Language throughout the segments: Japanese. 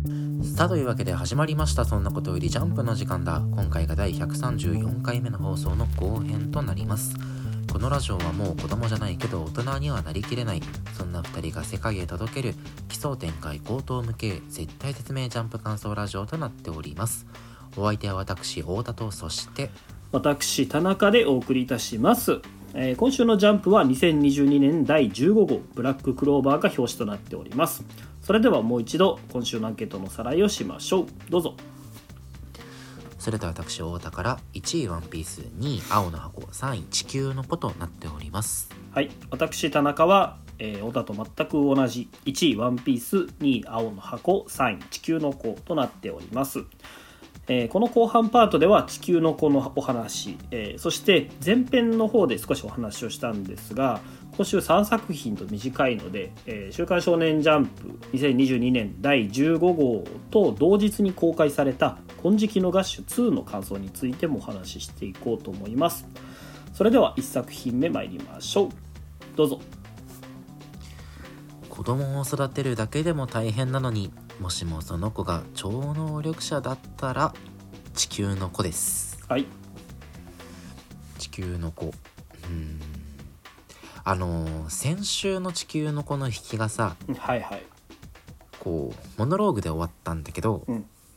さあというわけで始まりました。そんなことよりジャンプの時間だ。今回が第134回目の放送の後編となります。このラジオはもう子供じゃないけど大人にはなりきれない、そんな2人が世界へ届ける奇想天外高等無形絶対絶命ジャンプ感想ラジオとなっております。お相手は私太田と、そして私田中でお送りいたします。今週のジャンプは2022年第15号ブラッククローバーが表紙となっております。それではもう一度今週のアンケートのさらいをしましょう。どうぞ。 それでは私太田から1位ワンピース、2位青の箱、3位地球の子となっております。 はい、私田中は、小田と全く同じ1位ワンピース、2位青の箱、3位地球の子となっております。この後半パートでは地球の子のお話、そして前編の方で少しお話をしたんですが、今週3作品と短いので、週刊少年ジャンプ2022年第15号と同日に公開された金色のガッシュ2の感想についてもお話ししていこうと思います。それでは1作品目参りましょう。どうぞ。 子供を育てるだけでも大変なのに、もしもその子が超能力者だったら地球の子です。 はい。 地球の子、先週の地球の子の引きがさ、 はいはい。 こうモノローグで終わったんだけど、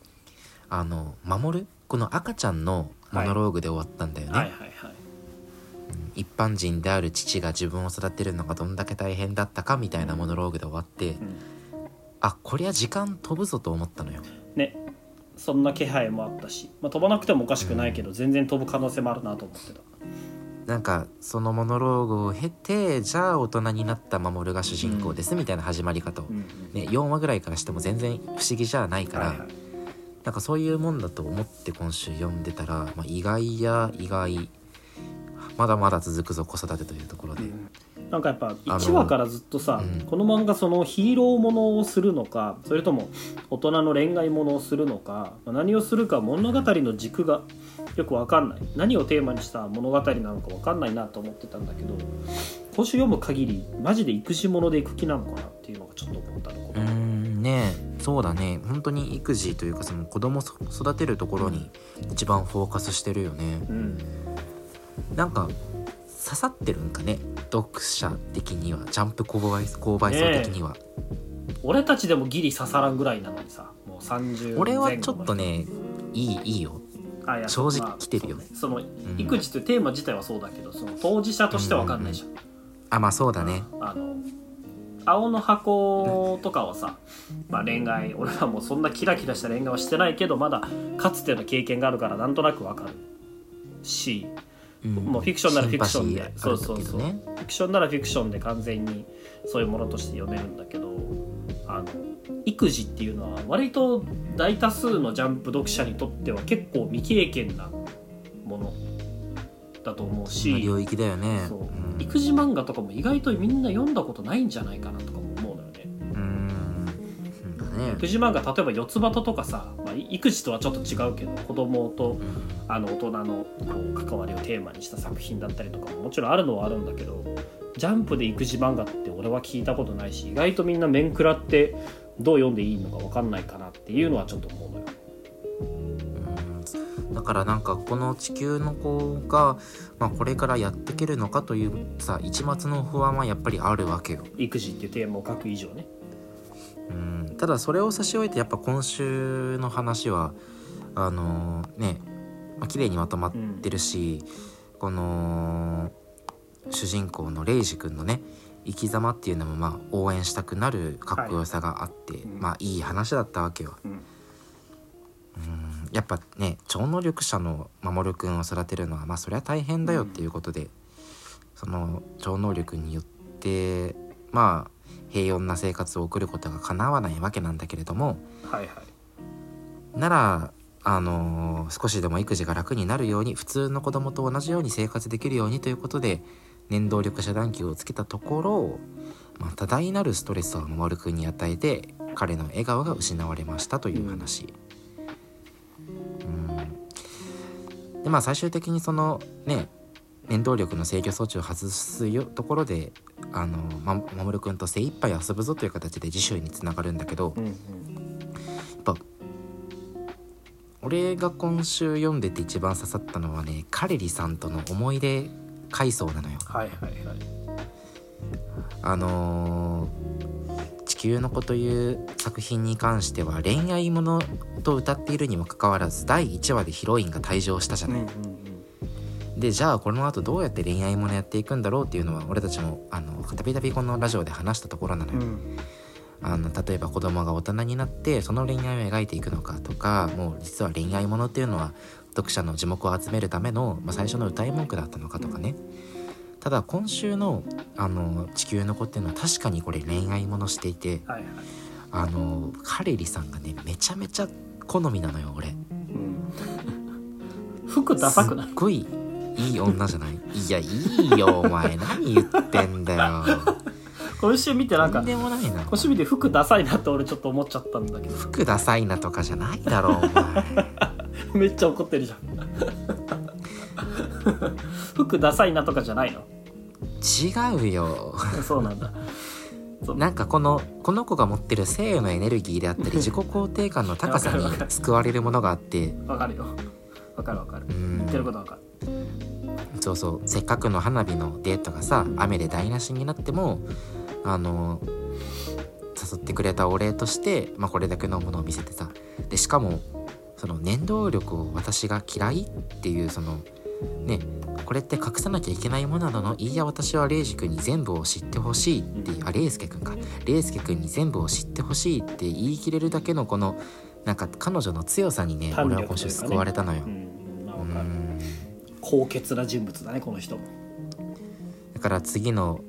守るこの赤ちゃんのモノローグで終わったんだよね。 はいはいはい。 一般人である父が自分を育てるのがどんだけ大変だったかみたいなモノローグで終わって、あ、こりゃ時間飛ぶぞと思ったのよね。そんな気配もあったし、飛ばなくてもおかしくないけど、全然飛ぶ可能性もあるなと思ってた。 なんかそのモノローグを経て、じゃあ大人になった守が主人公ですみたいな始まり方を、4話ぐらいからしても全然不思議じゃないから、なんかそういうもんだと思って今週読んでたら、意外や意外、まだまだ続くぞ子育てというところで、 なんかやっぱ1話からずっとさ、この漫画そのヒーローものをするのか、それとも大人の恋愛ものをするのか、何をするか物語の軸がよく分かんない、何をテーマにした物語なのか分かんないなと思ってたんだけど、今週読む限りマジで育児もので行く気なのかなっていうのがちょっと思ったのかな。 ねえ、そうだね、本当に育児というかその子供育てるところに一番フォーカスしてるよね。なんか刺さってるんかね、読者的には、ジャンプ購買層的には、 俺たちでもギリ刺さらんぐらいなのにさ、もう30前後。 俺はちょっとね、いいよ、正直来てるよ。 その育児というテーマ自体はそうだけど、その当事者としては分かんないじゃん。 そうだね。 青の箱とかはさ、恋愛、俺はもうそんなキラキラした恋愛はしてないけど、まだかつての経験があるからなんとなく分かるし、もうフィクションならフィクションで、フィクションならフィクションで完全にそういうものとして読めるんだけど、育児っていうのは割と大多数のジャンプ読者にとっては結構未経験なものだと思うし、 領域だよね。 育児漫画とかも意外とみんな読んだことないんじゃないかなとかも思うのよね。育児漫画、例えば四つ葉とかさ、育児とはちょっと違うけど、子供と大人のこう関わりをテーマにした作品だったりとかももちろんあるのはあるんだけど、ジャンプで育児漫画って俺は聞いたことないし、意外とみんな面食らってどう読んでいいのか分かんないかなっていうのはちょっと思うのよ。 だからなんかこの地球の子が、これからやっていけるのかというさ、一末の不安はやっぱりあるわけよ。 育児っていうテーマを書く以上ね。 ただそれを差し置いてやっぱ今週の話は綺麗にまとまってるし、この主人公のレイジ君のね生き様っていうのも応援したくなるかっこよさがあって、いい話だったわけよ。やっぱね、超能力者の守君を育てるのはそりゃ大変だよっていうことで、その超能力によって平穏な生活を送ることが叶わないわけなんだけれども、なら少しでも育児が楽になるように、普通の子供と同じように生活できるようにということで念動力遮断球をつけたところ、多大なるストレスを守君に与えて彼の笑顔が失われましたという話。で最終的にそのね念動力の制御装置を外すところで守君と精一杯遊ぶぞという形で次週につながるんだけど、やっ俺が今週読んでて一番刺さったのはね、カレリさんとの思い出回想なのよ。 はいはいはい。 地球の子という作品に関しては恋愛ものと歌っているにもかかわらず第1話でヒロインが退場したじゃない、でじゃあこの後どうやって恋愛ものやっていくんだろうっていうのは俺たちもたびたびこのラジオで話したところなのよ、例えば子供が大人になってその恋愛を描いていくのかとか、もう実は恋愛ものっていうのは読者の耳目を集めるための、最初の歌い文句だったのかとかね。ただ今週の地球の子っていうのは確かにこれ恋愛ものしていて、 はいはい、 カレリさんがねめちゃめちゃ好みなのよ俺、 服ダサくない？ すっごいいい女じゃない？いやいいよお前何言ってんだよ今週見てなんかとんでもないな、 今週見て服ダサいなって俺ちょっと思っちゃったんだけど。 服ダサいなとかじゃないだろお前めっちゃ怒ってるじゃん服ダサいなとかじゃないの？ 違うよそうなんだ。 なんかこの子が持ってる性のエネルギーであったり自己肯定感の高さに救われるものがあってわかるよ、わかる言ってることわかる。 そうそう、せっかくの花火のデートがさ雨で台無しになっても誘ってくれたお礼として、これだけのものを見せてさ、でしかもその念動力を私が嫌いっていうそのね、これって隠さなきゃいけないものなの、いいや私はレイジ君に全部を知ってほしいってレイスケ君に全部を知ってほしいって言い切れるだけのこのなんか彼女の強さにね、俺は今週救われたのよ。 高潔な人物だねこの人も。 だから次の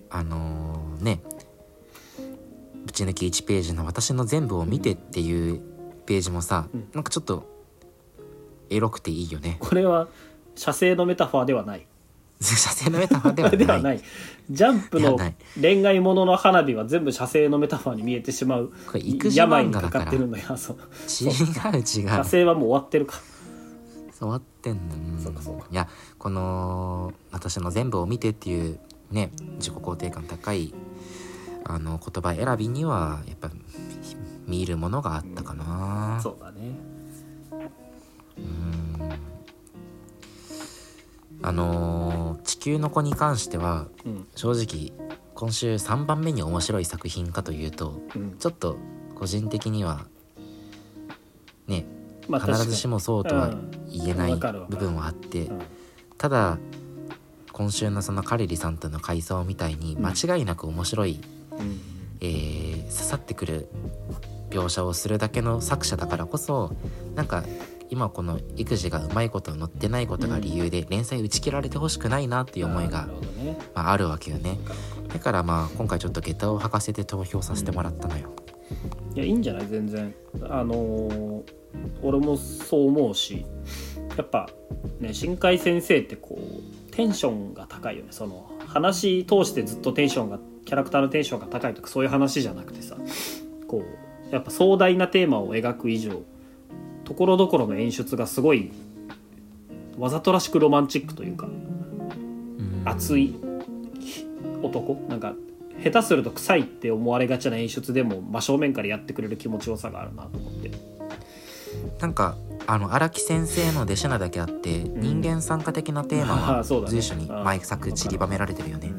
ぶち抜き1ページの私の全部を見てっていうページもさ、なんかちょっとエロくていいよね。 これは写生のメタファーではない写生のメタファーではないではない。ジャンプの恋愛ものの花火は全部写生のメタファーに見えてしまう。 これ育児病に漫画だからかかってるんだよ。そう違う写生はもう終わってるか。 終わってんの。 そうかそうか。 いやこの私の全部を見てっていうね、自己肯定感高い言葉選びにはやっぱ見るものがあったかな、 そうだね。 地球の子に関しては、正直今週3番目に面白い作品かというと、ちょっと個人的にはね、必ずしもそうとは言えない部分はあって、ただ今週のそのカレリさんとの回想みたいに間違いなく面白い、刺さってくる描写をするだけの作者だからこそ、なんか今この育児がうまいこと載ってないことが理由で連載打ち切られてほしくないなっていう思いが、あるわけよね。だから今回ちょっと下駄を履かせて投票させてもらったのよ。 いやいいんじゃない？全然俺もそう思うし、やっぱね新海先生ってこうテンションが高いよね。その話通してずっとキャラクターのテンションが高いとかそういう話じゃなくてさ、こうやっぱ壮大なテーマを描く以上ところどころの演出がすごいわざとらしくロマンチックというか、熱い男、なんか下手すると臭いって思われがちな演出でも真正面からやってくれる気持ちよさがあるなと思って。 なんか荒木先生の弟子なだけあって、人間参加的なテーマは随所に毎作散りばめられてるよね。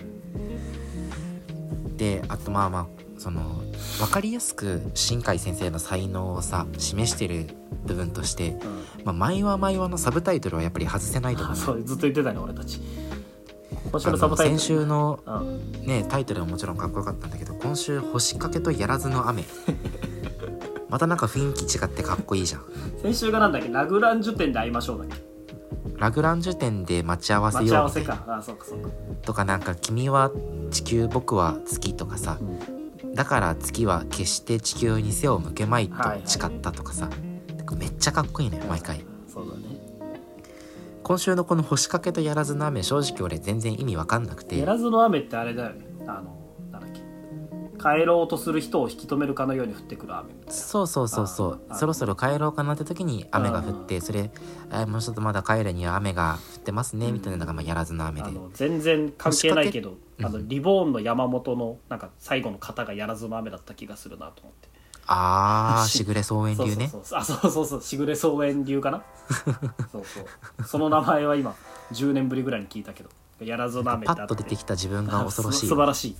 であとその分かりやすく新海先生の才能をさ示してる部分として、毎話毎話のサブタイトルはやっぱり外せないと思う。 そうずっと言ってたね俺たち。 先週の、タイトルはもちろんかっこよかったんだけど、今週星かけとやらずの雨またなんか雰囲気違ってかっこいいじゃん。 先週がなんだっけ、ラグランジュ店で会いましょうだっけ。 ラグランジュ店で待ち合わせようみたいな。 待ち合わせか。そうかとか、なんか君は地球僕は月とかさ、だから月は決して地球に背を向けまいと誓ったとかさ、めっちゃかっこいいのよ毎回。 そうだね。 今週のこの星かけとやらずの雨、正直俺全然意味わかんなくて。 やらずの雨ってあれだよね、なんだっけ、帰ろうとする人を引き止めるかのように降ってくる雨みたいな。 そうそろそろ帰ろうかなって時に雨が降って、それもうちょっとまだ帰るには雨が降ってますねみたいなのがやらずの雨で、 全然関係ないけど、リボーンの山本のなんか最後の型がやらずの雨だった気がするなと思って。 しぐれ草園流ね。 そうしぐれ草園流かなそうその名前は今10年ぶりぐらいに聞いたけど、やらずの雨ってあってパッと出てきた自分が恐ろしい。 素晴らしい。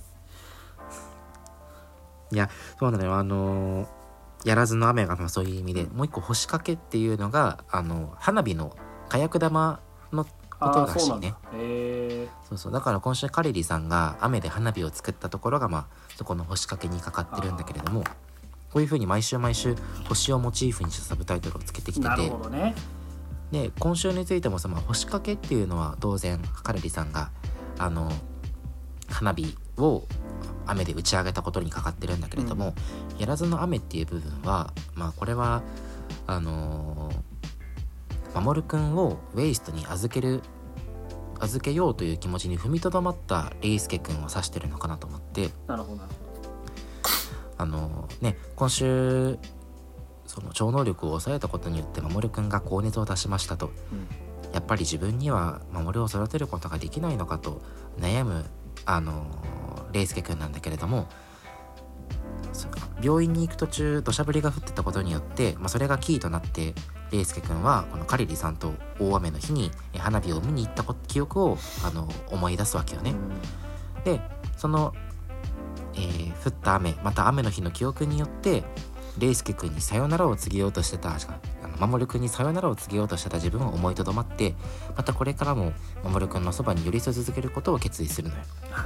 いやそうなのよ、やらずの雨がそういう意味で、もう一個星掛けっていうのが花火の火薬玉の音らしいね。そうだから今週カレリさんが雨で花火を作ったところがそこの星掛けにかかってるんだけれども、こういう風に毎週毎週星をモチーフにしたサブタイトルをつけてきてて、 なるほどね。 で今週についても星掛けっていうのは当然カレリさんが花火を雨で打ち上げたことにかかってるんだけれども、やらずの雨っていう部分はこれは守くんをウェイストに預けようという気持ちに踏みとどまったレイスケくんを指してるのかなと思って。 なるほど今週その超能力を抑えたことによって守くんが高熱を出しましたと、やっぱり自分には守を育てることができないのかと悩むレイスケくんなんだけれども、病院に行く途中土砂降りが降ってたことによって、それがキーとなってレイスケくんはこのカリリさんと大雨の日に花火を見に行った記憶を思い出すわけよね。でその、降った雨また雨の日の記憶によってレイスケくんにさよならを告げようとしてた守くんにさよならを告げようとしてた自分を思いとどまって、またこれからも守くんのそばに寄り添い続けることを決意するのよ。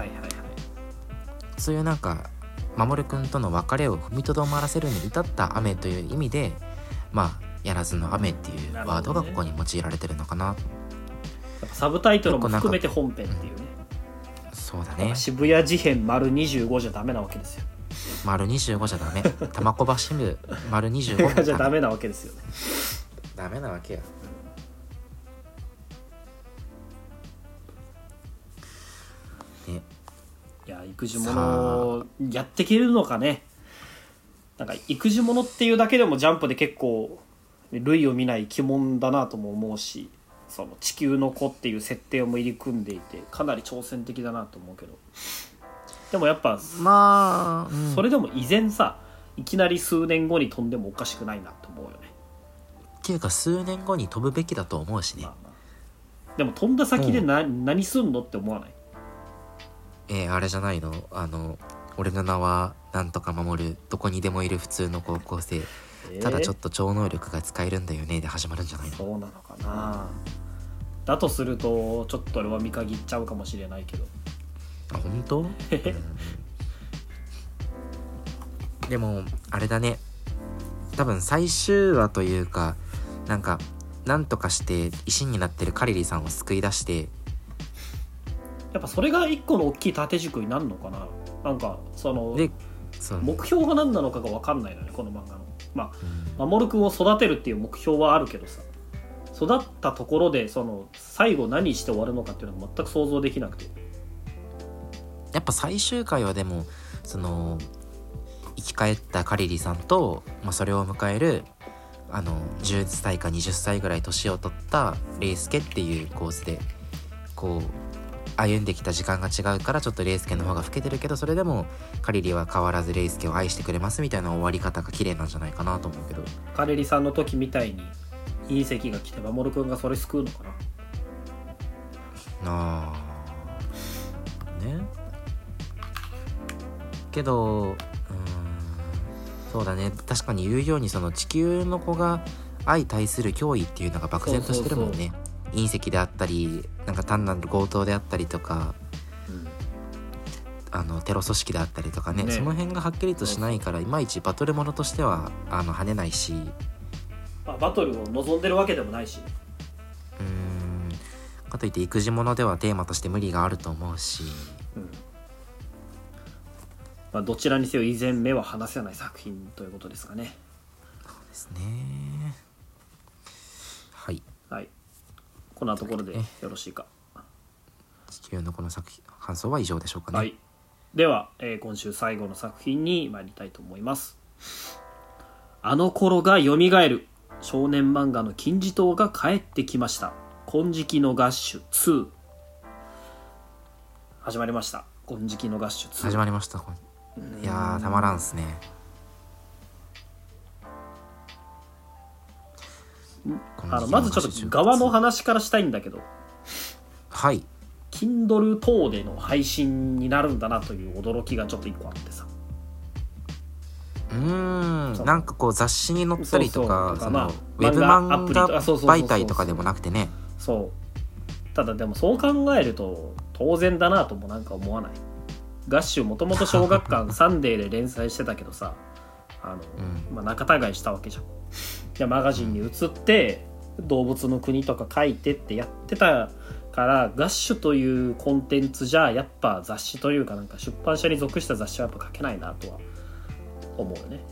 そういう守くんとの別れを踏みとどまらせるに至った雨という意味でやらずの雨っていうワードがここに用いられてるのかな。 やっぱサブタイトルも含めて本編っていうね。 そうだね。 渋谷事変丸25じゃダメなわけですよ。 丸25じゃダメ。玉子橋部丸25 じゃダメなわけですよね。 ダメなわけや。ね。 いや育児ものやっていけるのかね。育児ものっていうだけでもジャンプで結構類を見ない鬼門だなとも思うし、その地球の子っていう設定も入り組んでいてかなり挑戦的だなと思うけど、でもやっぱそれでも依然さ、いきなり数年後に飛んでもおかしくないなと思うよね。 っていうか数年後に飛ぶべきだと思うしね。 でも飛んだ先で何すんのって思わない？ あれじゃないの、俺の名はなんとか守るどこにでもいる普通の高校生、ただちょっと超能力が使えるんだよねで始まるんじゃないの？ そうなのかな。だとするとちょっと俺は見限っちゃうかもしれないけど。 本当？でもあれだね、多分最終話というかなんとかして石になってるカリリさんを救い出して、 やっぱそれが一個の大きい縦軸になるのかな。その目標が何なのかが分かんないのねこの漫画の。守くんを育てるっていう目標はあるけどさ、育ったところでその最後何して終わるのかっていうのが全く想像できなくて、 やっぱ最終回はでもその生き返ったカリリさんと、それを迎える10歳か20歳ぐらい年を取ったレイスケっていう構図でこう歩んできた時間が違うからちょっとレイスケの方が老けてるけど、それでもカリリは変わらずレイスケを愛してくれますみたいな終わり方が綺麗なんじゃないかなと思うけど、 カリリさんの時みたいに隕石が来て守くんがそれ救うのかな。 ねけどそうだね、確かに言うようにその地球の子が相対する脅威っていうのが漠然としてるもんね。隕石であったり単なる強盗であったりとか、テロ組織であったりとかね、その辺がはっきりとしないからいまいちバトルものとしては跳ねないし、 バトルを望んでるわけでもないし、 かといって育児ものではテーマとして無理があると思うし、 どちらにせよ依然目は離せない作品ということですかね。 そうですね。はい、 こんなところでよろしいか。 地球のこの作品感想は以上でしょうかね。 では、今週最後の作品に参りたいと思います。あの頃がよみがえる少年漫画の金字塔が帰ってきました。金色のガッシュ2始まりました。金色のガッシュ2 始まりました。いやたまらんっすね。 まずちょっと側の話からしたいんだけど、 はい。 Kindle 等での配信になるんだなという驚きがちょっと一個あってさ。 なんかこう雑誌に載ったりとか、そのウェブ漫画漫画媒体とかでもなくてね。 そうただでもそう考えると当然だなともなんか思わない？ガッシュもともと小学館サンデーで連載してたけどさ、仲違いしたわけじゃん。でマガジンに移って動物の国とか書いてってやってたから、ガッシュというコンテンツじゃやっぱ雑誌というかなんか出版社に属した雑誌はやっぱ書けないなとは思うよね。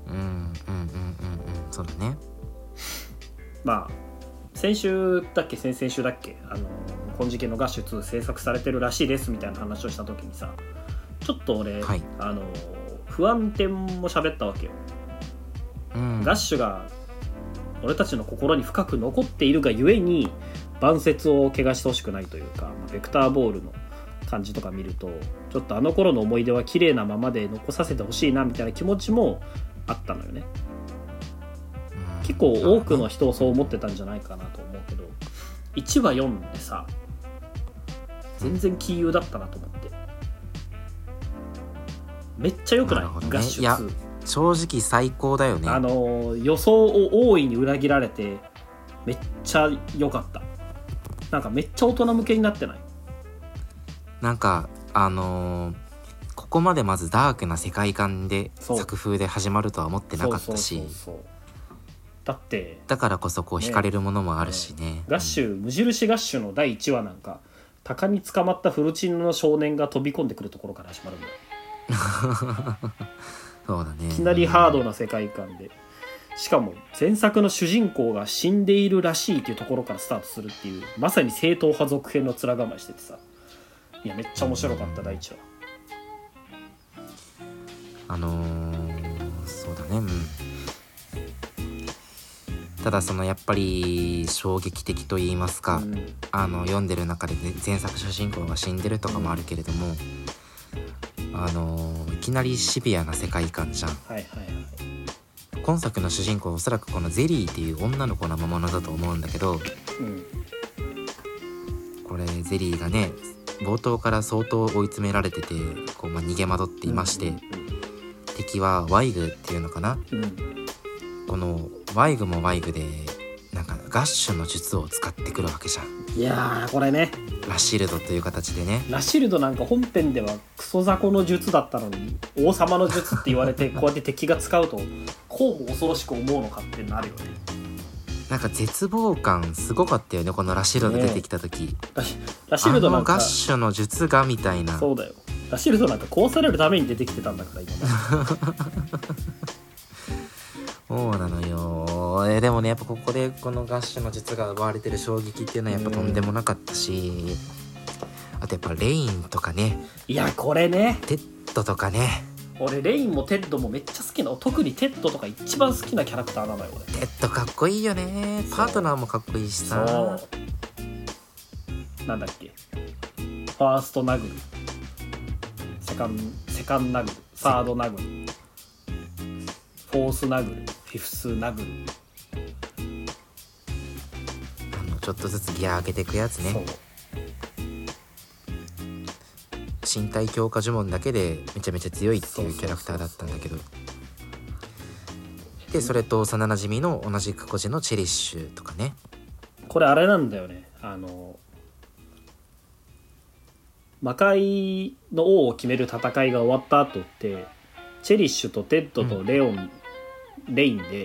そうだね。 まあ先週だっけ先々週だっけ、金次家のガッシュ2制作されてるらしいですみたいな話をした時にさ、ちょっと俺、 はい、 不安点も喋ったわけよ。ガッシュが俺たちの心に深く残っているがゆえに晩節を怪我してほしくないというか、ベクターボールの感じとか見るとちょっとあの頃の思い出は綺麗なままで残させてほしいなみたいな気持ちもあったのよね。結構多くの人をそう思ってたんじゃないかなと思うけど、1話読んでさ全然杞憂だったなと思って。めっちゃ良くない？ガッシュ2。 正直最高だよね。 予想を大いに裏切られてめっちゃ良かった。なんかめっちゃ大人向けになってない？ なんかここまでまずダークな世界観で作風で始まるとは思ってなかったし、 だってだからこそこう惹かれるものもあるしね。 ガッシュ、無印ガッシュの第1話なんか鷹に捕まったフルチンの少年が飛び込んでくるところから始まるんだよ。 そうだね。 いきなりハードな世界観で、しかも前作の主人公が死んでいるらしいっていうところからスタートするっていう、まさに正統派続編の面構えしててさ、いやめっちゃ面白かった第1話。 そうだね、ただそのやっぱり衝撃的と言いますか、読んでる中で、ね、前作主人公が死んでるとかもあるけれども、いきなりシビアな世界観じゃん。今作の主人公はおそらくこのゼリーっていう女の子の魔物だと思うんだけど、これゼリーがね冒頭から相当追い詰められててこう、逃げ惑っていまして、敵はワイグっていうのかな、このワイグもワイグでなんかガッシュの術を使ってくるわけじゃん。 いやーこれね、 ラシルドという形でね。 ラシルドなんか本編ではクソ雑魚の術だったのに王様の術って言われてこうやって敵が使うとこうも恐ろしく思うのかってなるよね。 なんか絶望感すごかったよね、このラシルド出てきた時、 ラシルドなんかガッシュの術がみたいな。 そうだよ、ラシルドなんか壊されるために出てきてたんだから今そうなのよ。でもねやっぱここでこのガッシュの術が奪われてる衝撃っていうのはやっぱとんでもなかったし、あとやっぱレインとかね。 いやこれね、 テッドとかね。 俺レインもテッドもめっちゃ好きな、特にテッドとか一番好きなキャラクターなのよ俺。 テッドかっこいいよね。パートナーもかっこいいしさ。 なんだっけ、ファーストナグル、セカンナグル、サードナグル、フォースナグル、フィフスナグル、 ちょっとずつギア上げていくやつね。身体強化呪文だけでめちゃめちゃ強いっていうキャラクターだったんだけど、でそれと幼なじみの同じく孤児のチェリッシュとかね。 これあれなんだよね、魔界の王を決める戦いが終わった後ってチェリッシュとテッドとレインで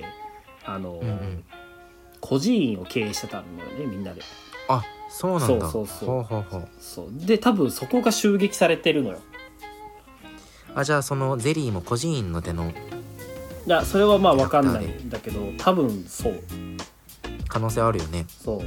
孤児院を経営してたのよね、みんなで。 あ、そうなんだ。 そうで多分そこが襲撃されてるのよ。 じゃあそのゼリーも孤児院の手の。 いやそれはまあ分かんないんだけど多分そう可能性あるよね。 そう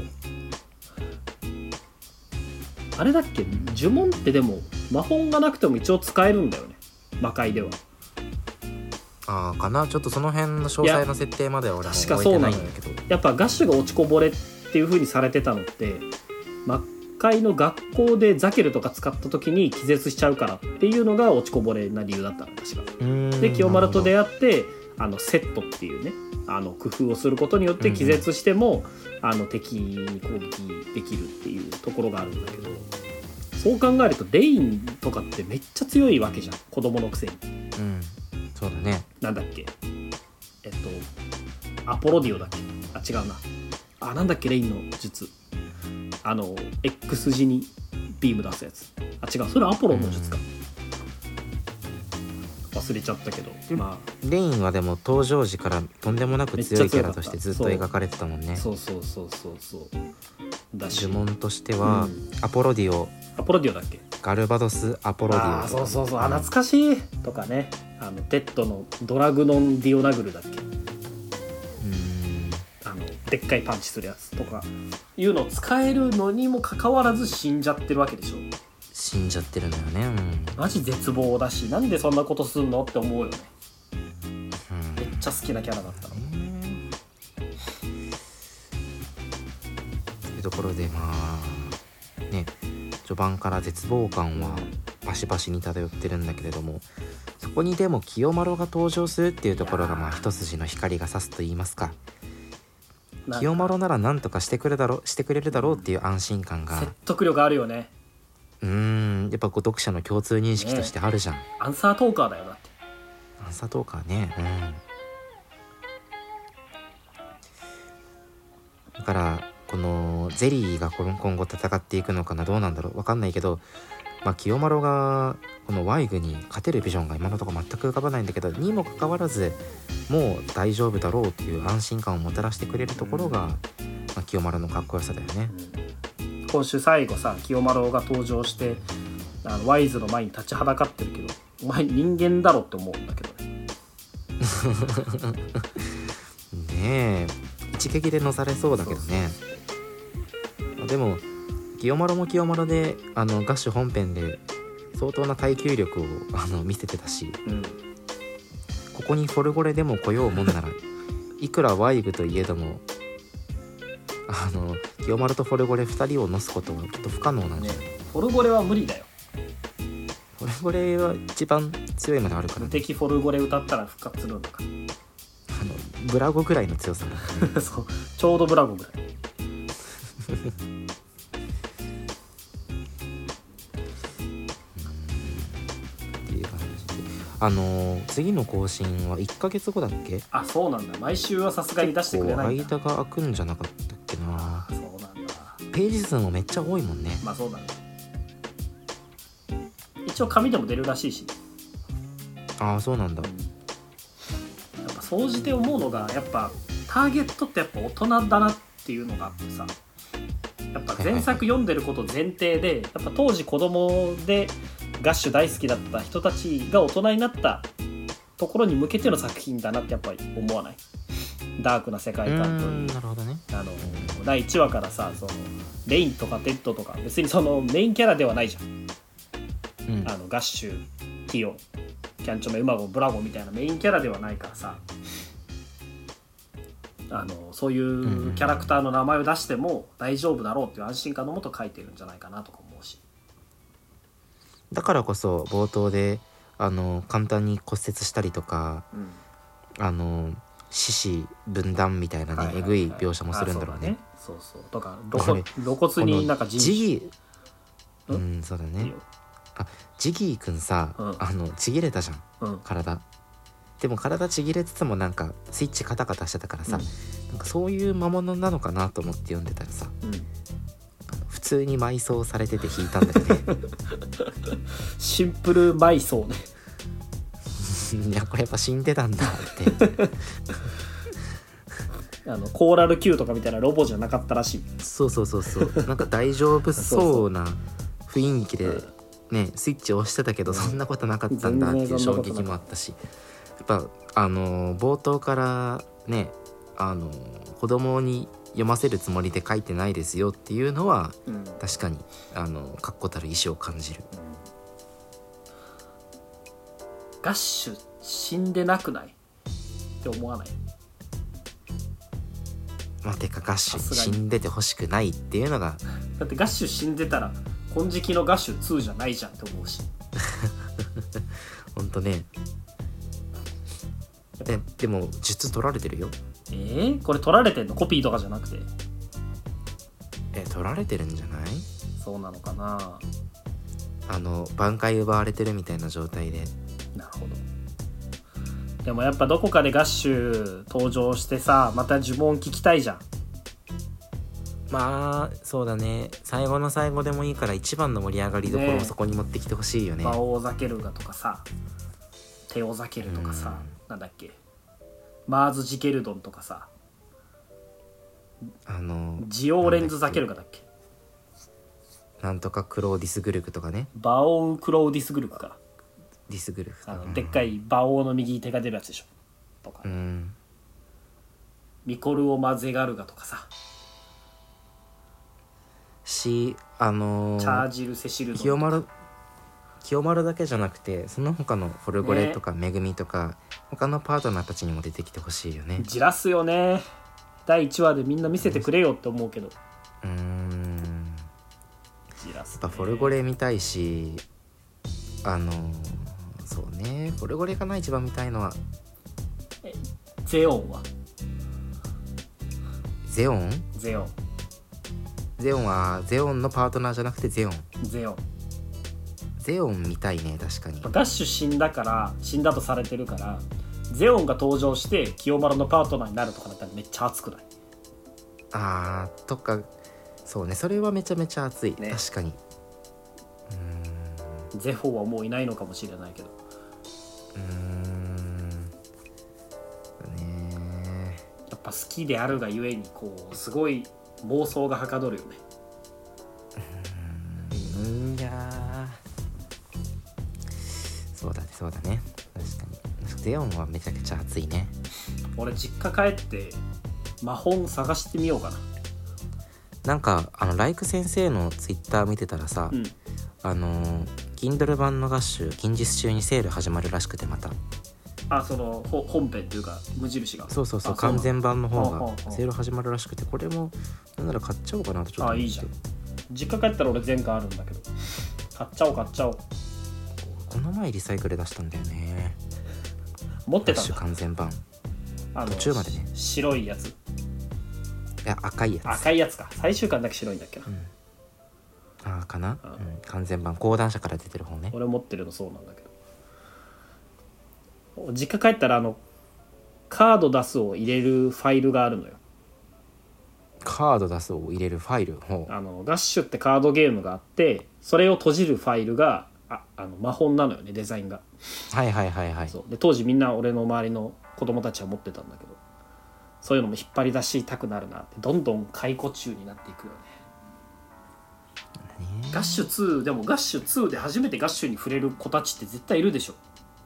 あれだっけ、呪文ってでも魔法がなくても一応使えるんだよね、魔界では。 かな、ちょっとその辺の詳細の設定までは俺も覚えてないんだけど、 やっぱガッシュが落ちこぼれっていう風にされてたのって魔界の学校でザケルとか使った時に気絶しちゃうからっていうのが落ちこぼれな理由だったの確かで。清丸と出会ってセットっていうね工夫をすることによって気絶しても、敵に攻撃できるっていうところがあるんだけど、そう考えるとレインとかってめっちゃ強いわけじゃん、子供のくせに。 そうだね。 なんだっけアポロディオだっけ、違うな、なんだっけレインの術、X 字にビーム出すやつ、違う、それアポロの術か、忘れちゃったけど、 レインはでも登場時からとんでもなく強いキャラとしてずっと描かれてたもんね。 そうだし、 呪文としては、アポロディオだっけ、 ガルバドスアポロディオ、 そう懐かしいとかね、テッドのドラグノンディオナグルだっけ、でっかいパンチするやつとかいうのを使えるのにもかかわらず死んじゃってるわけでしょ。 死んじゃってるのよね。 マジ絶望だし、なんでそんなことすんのって思うよね。めっちゃ好きなキャラだったの。 というところでね、序盤から絶望感はバシバシに漂ってるんだけれども、そこにでも清丸が登場するっていうところが一筋の光が差すと言いますか、清丸なら何とかしてくれるだろうっていう安心感が説得力あるよね。 やっぱ読者の共通認識としてあるじゃん、 アンサートーカーだよ。だってアンサートーカーね。だからこのゼリーが今後戦っていくのかな、どうなんだろう、分かんないけど、清丸がこのワイグに勝てるビジョンが今のところ全く浮かばないんだけど、にもかかわらずもう大丈夫だろうという安心感をもたらしてくれるところが、清丸のかっこよさだよね。 今週最後さ、清丸が登場してワイズの前に立ちはだかってるけど、お前人間だろって思うんだけどね。 ねえ、一撃で乗されそうだけどね。でも清丸も清丸でガッシュ本編で相当な耐久力を見せてたし、ここにフォルゴレでも来ようもんならいくらワイグといえども清丸とフォルゴレ2人を乗すことはちょっと不可能なんじゃない、 フォルゴレは無理だよ。 フォルゴレは一番強いまであるから、 無敵フォルゴレ歌ったら復活するんだからブラゴぐらいの強さだ、ね、 そう、ちょうどブラゴぐらいっていう感じで、次の更新は1ヶ月後だっけ？ そうなんだ。毎週はさすがに出してくれないんだ。 間が空くんじゃなかったっけな。 そうなんだ。 ページ数もめっちゃ多いもんね。 そうだね。一応紙でも出るらしいし。 そうなんだ。 やっぱ総じて思うのが、やっぱターゲットってやっぱ大人だなっていうのがあってさ、やっぱ前作読んでること前提で、やっぱ当時子供でガッシュ大好きだった人たちが大人になったところに向けての作品だなってやっぱり思わない？ダークな世界観と、 なるほどね。 第1話からさ、そのレインとかテッドとか別にそのメインキャラではないじゃん、ガッシュ、ティオ、キャンチョメ、ウマゴ、ブラゴみたいなメインキャラではないからさ、そういうキャラクターの名前を出しても大丈夫だろうっていう安心感のもと書いてるんじゃないかなとか思うし、 だからこそ冒頭で簡単に骨折したりとか、四肢分断みたいなね、えぐい描写もするんだろうね。 そうとか露骨になんかジギー、そうだね。ジギーくんさ、ちぎれたじゃん、体。でも体ちぎれつつもなんかスイッチカタカタしてたからさ、なんかそういう魔物なのかなと思って読んでたらさ、普通に埋葬されてて引いたんだよね。 シンプル埋葬ね。 いやこれやっぱ死んでたんだってコーラル Q とかみたいなロボじゃなかったらしい。 そうなんか大丈夫そうな雰囲気でねスイッチ押してたけど、そんなことなかったんだっていう衝撃もあったし、やっぱ冒頭からね子供に読ませるつもりで書いてないですよっていうのは、確かに確固たる意志を感じる。 ガッシュ死んでなくないって思わない？ てかガッシュ死んでてほしくないっていうのが、 だってガッシュ死んでたら金色のガッシュ2じゃないじゃんって思うし。 ほんとね。 でも実取られてるよ。 これ取られてんの？コピーとかじゃなくて。 取られてるんじゃない？ そうなのかな。 挽回奪われてるみたいな状態で。 なるほど。でもやっぱどこかでガッシュ登場してさ、また呪文聞きたいじゃん。 まあそうだね、最後の最後でもいいから一番の盛り上がりどころをそこに持ってきてほしいよね。 バオザケルガとかさ、テオザケルとかさ、なんだっけ、マーズジケルドンとかさ、ジオーレンズザケルガだっけ、 なんとかクローディスグルクとかね。 バオウクローディスグルクか、 ディスグルクか、 でっかいバオの右手が出るやつでしょとか、ミコルオマゼガルガとかさ、 チャージルセシルドンとか、 清丸だけじゃなくてその他のフォルゴレとかめぐみとか、他のパートナーたちにも出てきてほしいよね。 じらすよね。第1話でみんな見せてくれよって思うけど、じらす、ね、 やっぱフォルゴレ見たいし、そうね、フォルゴレかな一番見たいのは。 ゼオンは？ ゼオンはゼオンのパートナーじゃなくてゼオン見たいね。確かにガッシュ死んだとされてるから、ゼオンが登場して清丸のパートナーになるとかだったらめっちゃ熱くない？ とか、そうね、それはめちゃめちゃ熱い、 ね、 確かに。 ゼフォーはもういないのかもしれないけど、やっぱ好きであるがゆえにこうすごい妄想がはかどるよね。 いやそうだね、確かにゼオンはめちゃくちゃ熱いね。 俺実家帰って魔本探してみようかな。 なんかライク先生のツイッター見てたらさ、Kindle 版のガッシュ近日中にセール始まるらしくて、またその本編というか無印が、 そう完全版の方がセール始まるらしくて、これもなんなら買っちゃおうかなとちょっと思って。 いいじゃん。実家帰ったら俺全巻あるんだけど、買っちゃおう。 この前リサイクル出したんだよね。 持ってたんだ。 ガッシュ完全版途中までね。 白いやつ、 いや赤いやつか。最終巻だけ白いんだっけな、 かな、完全版講談社から出てる方ね。 俺持ってるのそうなんだけど、実家帰ったらカード出すを入れるファイルがあるのよ。 カード出すを入れるファイル、 ガッシュってカードゲームがあって、それを閉じるファイルが魔本なのよね、デザインが。そうで、当時みんな俺の周りの子供たちは持ってたんだけど、そういうのも引っ張り出したくなるなって、どんどん解雇中になっていくよね。ガッシュ2でもガッシュ2で初めてガッシュに触れる子たちって絶対いるでしょ。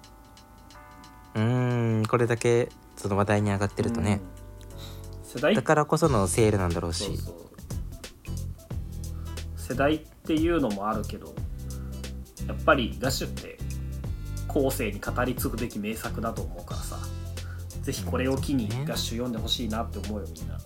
これだけその話題に上がってるとね、 世代だからこそのセールなんだろうし、 世代っていうのもあるけど、やっぱりガッシュって後世に語り継ぐべき名作だと思うからさ、ぜひこれを機にガッシュ読んでほしいなって思うよ、みんな。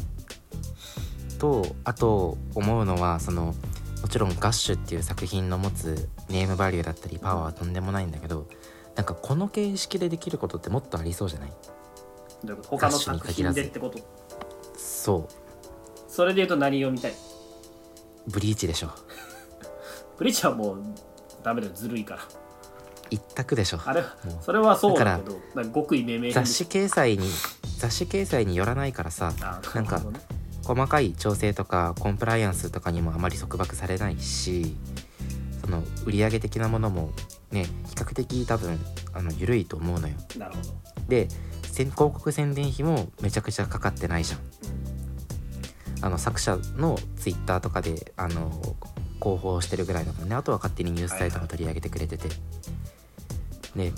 とあと思うのは、もちろんガッシュっていう作品の持つネームバリューだったりパワーはとんでもないんだけど、なんかこの形式でできることってもっとありそうじゃない？ どういうこと？他の作品でってこと？ そう。 それで言うと何読みたい？ ブリーチでしょ。 ブリーチはもうダメだよ、ずるいから。 一択でしょ。 それはそうだけど、極意命名雑誌掲載によらないからさ、なんか細かい調整とかコンプライアンスとかにもあまり束縛されないし、その売上的なものもね、比較的多分緩いと思うのよ。 なるほど。 で、広告宣伝費もめちゃくちゃかかってないじゃん。作者のツイッターとかで広報してるぐらいだもんね。あとは勝手にニュースサイトが取り上げてくれてて、で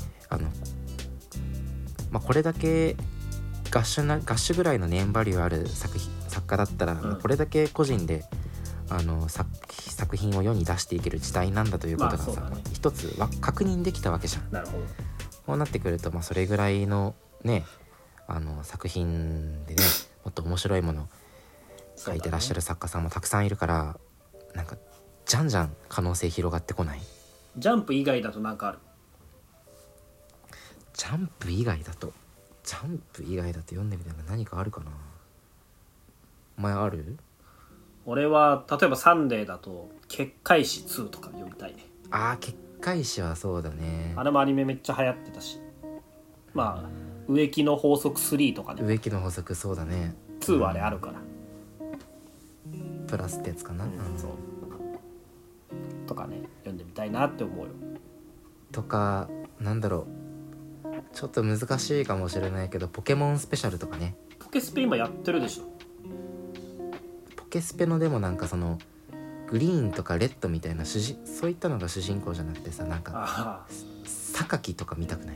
これだけガッシュぐらいのネームバリューある作家だったら、これだけ個人で作品を世に出していける時代なんだということがさ、一つは確認できたわけじゃん。 なるほど。 こうなってくると、それぐらいのね作品でね、もっと面白いもの書いてらっしゃる作家さんもたくさんいるから、なんかじゃんじゃん可能性広がってこない？ ジャンプ以外だとなんかある？ ジャンプ以外だとジャンプ以外だと読んでみたいな何かあるかな。お前ある？ 俺は例えばサンデーだと結界誌2とか読みたいね。 あー結界誌はそうだね。 あれもアニメめっちゃ流行ってたし、まあ植木の法則3とかね。 植木の法則そうだね。 2はあれあるから、 プラスってやつかな、 そうとかね読んでみたいなって思うよ。 とかなんだろう、ちょっと難しいかもしれないけどポケモンスペシャルとかね。 ポケスペ今やってるでしょ。 ポケスペのでもなんかそのグリーンとかレッドみたいなそういったのが主人公じゃなくてさ、なんか榊とか見たくない？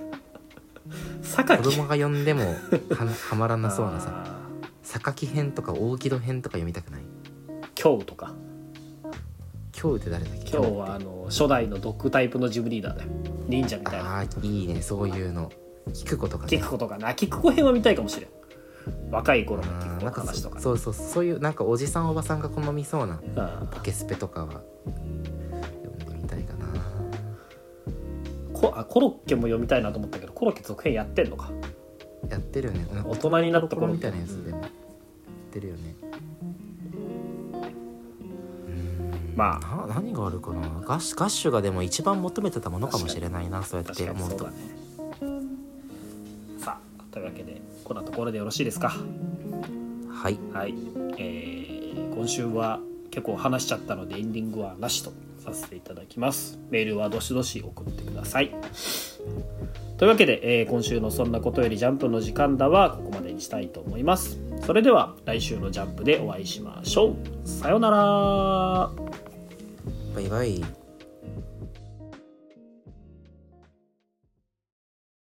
榊子供が読んでもはまらなそうなさ榊編とか大木戸編とか読みたくない？ 今日とか。 今日って誰だっけ？ 今日は初代のドッグタイプのジムリーダーだよ。忍者みたいな。 あーいいね、そういうの。キクコとかね。 キクコとかな。キクコ編は見たいかもしれん。若い頃のキクコのなんか話とか。 そういうなんかおじさんおばさんが好みそうなあポケスペとかは読んでみたいかな。 コロッケも読みたいなと思ったけど、コロッケ続編やってんのか。 やってるよね。 大人になった頃みたいなやつでもやってるよね。 まあ何があるかな。ガッシュがでも一番求めてたものかもしれないな、そうやって思うと。 ね、さあというわけでこんなところでよろしいですか。 はい、 はい、今週は結構話しちゃったのでエンディングはなしとさせていただきます。メールはどしどし送ってください。というわけで、今週のそんなことよりジャンプの時間だはここまでにしたいと思います。それでは来週のジャンプでお会いしましょう。さようなら。 バイバイ。